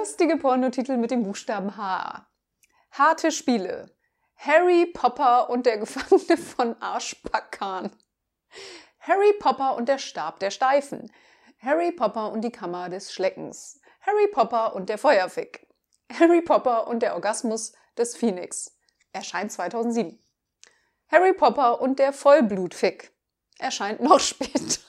Lustige Pornotitel mit dem Buchstaben H. Harte Spiele. Harry Popper und der Gefangene von Ashpakan. Harry Popper und der Stab der Steifen. Harry Popper und die Kammer des Schleckens. Harry Popper und der Feuerfick. Harry Popper und der Orgasmus des Phönix. Erscheint 2007. Harry Popper und der Vollblutfick. Erscheint noch später.